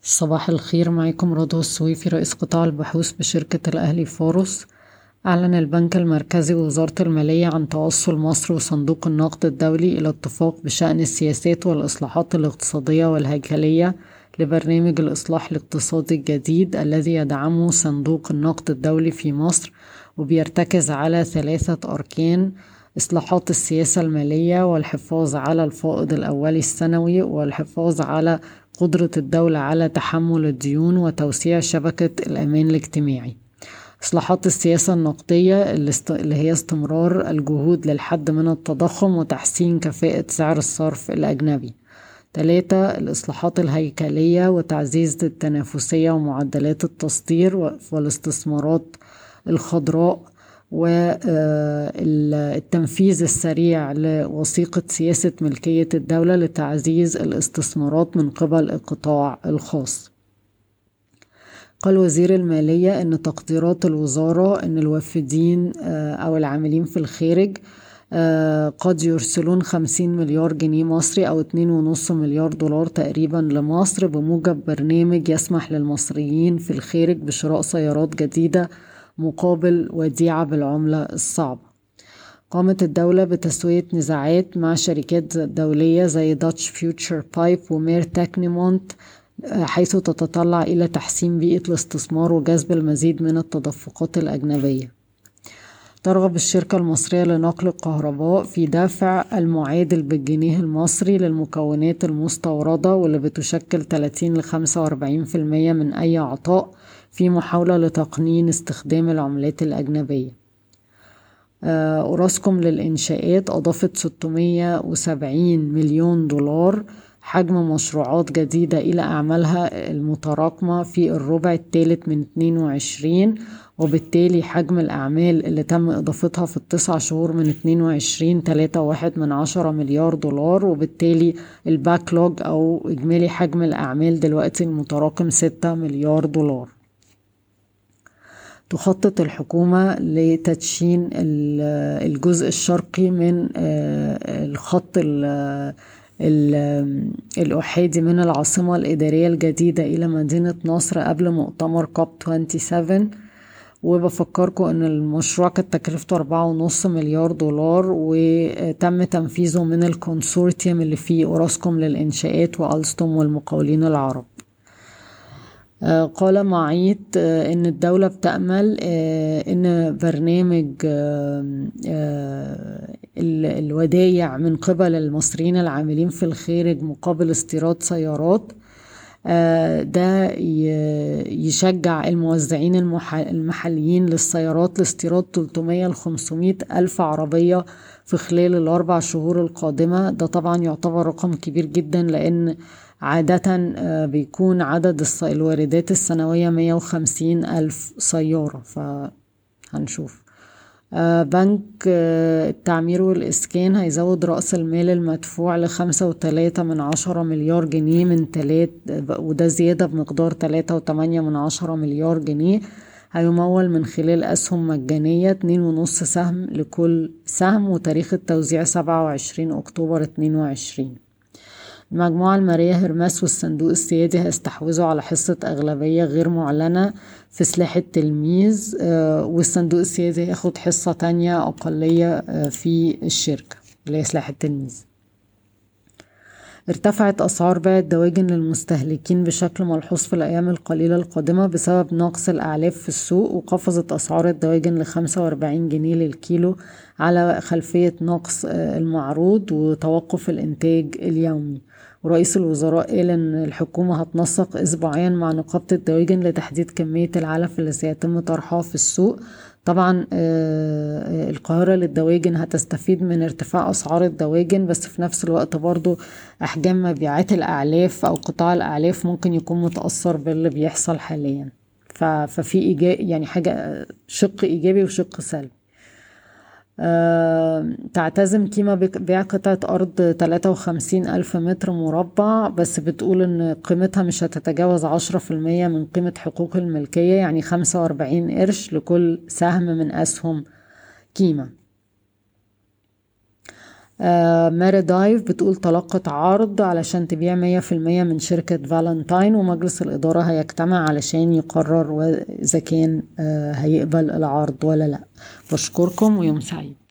صباح الخير، معكم رضوى السويفي رئيس قطاع البحوث بشركة الأهلي فورس. أعلن البنك المركزي ووزارة المالية عن توصل مصر وصندوق النقد الدولي إلى اتفاق بشأن السياسات والإصلاحات الاقتصادية والهيكلية لبرنامج الإصلاح الاقتصادي الجديد الذي يدعمه صندوق النقد الدولي في مصر، وبيرتكز على 3 أركان: إصلاحات السياسة المالية، والحفاظ على الفائض الأولي السنوي، والحفاظ على قدرة الدولة على تحمل الديون، وتوسيع شبكة الأمان الاجتماعي. إصلاحات السياسة النقدية اللي هي استمرار الجهود للحد من التضخم وتحسين كفاءة سعر الصرف الأجنبي. 3. الإصلاحات الهيكلية وتعزيز التنافسية ومعدلات التصدير والاستثمارات الخضراء، والتنفيذ السريع لوثيقة سياسة ملكية الدولة لتعزيز الاستثمارات من قبل القطاع الخاص. قال وزير المالية أن تقديرات الوزارة أن الوافدين أو العاملين في الخارج قد يرسلون 50 مليار جنيه مصري أو 2.5 مليار دولار تقريبا لمصر، بموجب برنامج يسمح للمصريين في الخارج بشراء سيارات جديدة مقابل وديعة بالعملة الصعبة. قامت الدولة بتسوية نزاعات مع شركات دولية زي داتش فيوتشر بايب ومير تكنيمونت، حيث تتطلع إلى تحسين بيئة الاستثمار وجذب المزيد من التدفقات الأجنبية. ترغب الشركة المصرية لنقل الكهرباء في دفع المعادل بالجنيه المصري للمكونات المستوردة، واللي بتشكل 30-45% من أي عطاء، في محاولة لتقنين استخدام العملات الأجنبية. أوراسكوم للإنشاءات أضافت 670 مليون دولار حجم مشروعات جديدة إلى أعمالها المتراكمة في الربع الثالث من 22، وبالتالي حجم الأعمال اللي تم إضافتها في ال9 شهور من 22 3.1 مليار دولار، وبالتالي الباكلوج أو إجمالي حجم الأعمال دلوقتي المتراكم 6 مليار دولار. تخطط الحكومة لتدشين الجزء الشرقي من الخط الأحادي من العاصمة الإدارية الجديدة إلى مدينة نصر قبل مؤتمر كوب 27. وبفكركم أن المشروع كانت تكلفته 4.5 مليار دولار، وتم تنفيذه من الكونسورتيوم اللي فيه أوراسكوم للإنشاءات وألستوم والمقاولين العرب. قال معيط أن الدولة بتأمل أن برنامج الودايع من قبل المصريين العاملين في الخارج مقابل استيراد سيارات ده يشجع الموزعين المحليين للسيارات لاستيراد 300-500 ألف عربية في خلال ال4 شهور القادمة. ده طبعا يعتبر رقم كبير جدا، لأن عادة بيكون عدد الواردات السنوية 150 ألف سيارة، فهنشوف. بنك التعمير والإسكان هيزود رأس المال المدفوع ل5.3 مليار جنيه من 3، وده زيادة بمقدار 3.8 مليار جنيه. هيمول من خلال أسهم مجانية 2.5 سهم لكل سهم، وتاريخ التوزيع 27 أكتوبر 22. المجموعة المالية هرمس والصندوق السيادي هيستحوذوا على حصة أغلبية غير معلنة في سلاح التلميذ، والصندوق السيادي هياخد حصة تانية أقلية في الشركة اللي هي سلاح التلميذ. ارتفعت أسعار بيع الدواجن للمستهلكين بشكل ملحوظ في الأيام القليلة القادمة بسبب نقص الأعلاف في السوق، وقفزت أسعار الدواجن ل45 جنيه للكيلو على خلفية نقص المعروض وتوقف الإنتاج اليومي. ورئيس الوزراء قال أن الحكومة هتنسق أسبوعيا مع نقابة الدواجن لتحديد كمية العلف اللي سيتم طرحها في السوق. طبعا القاهرة للدواجن هتستفيد من ارتفاع أسعار الدواجن، بس في نفس الوقت برضو أحجام مبيعات الأعلاف أو قطاع الأعلاف ممكن يكون متأثر باللي بيحصل حاليا. ففي يعني حاجة شق إيجابي وشق سلبي. تعتزم كيما بيع قطعة أرض 53 ألف متر مربع، بس بتقول إن قيمتها مش هتتجاوز 10% من قيمة حقوق الملكية، يعني 45 قرش لكل سهم من أسهم كيما. ماري بتقول تلقت عرض علشان تبيع 100% من شركة فالنتاين، ومجلس الإدارة هيجتمع علشان يقرر إذا كان هيقبل العرض ولا لا. بشكركم ويوم سعيد.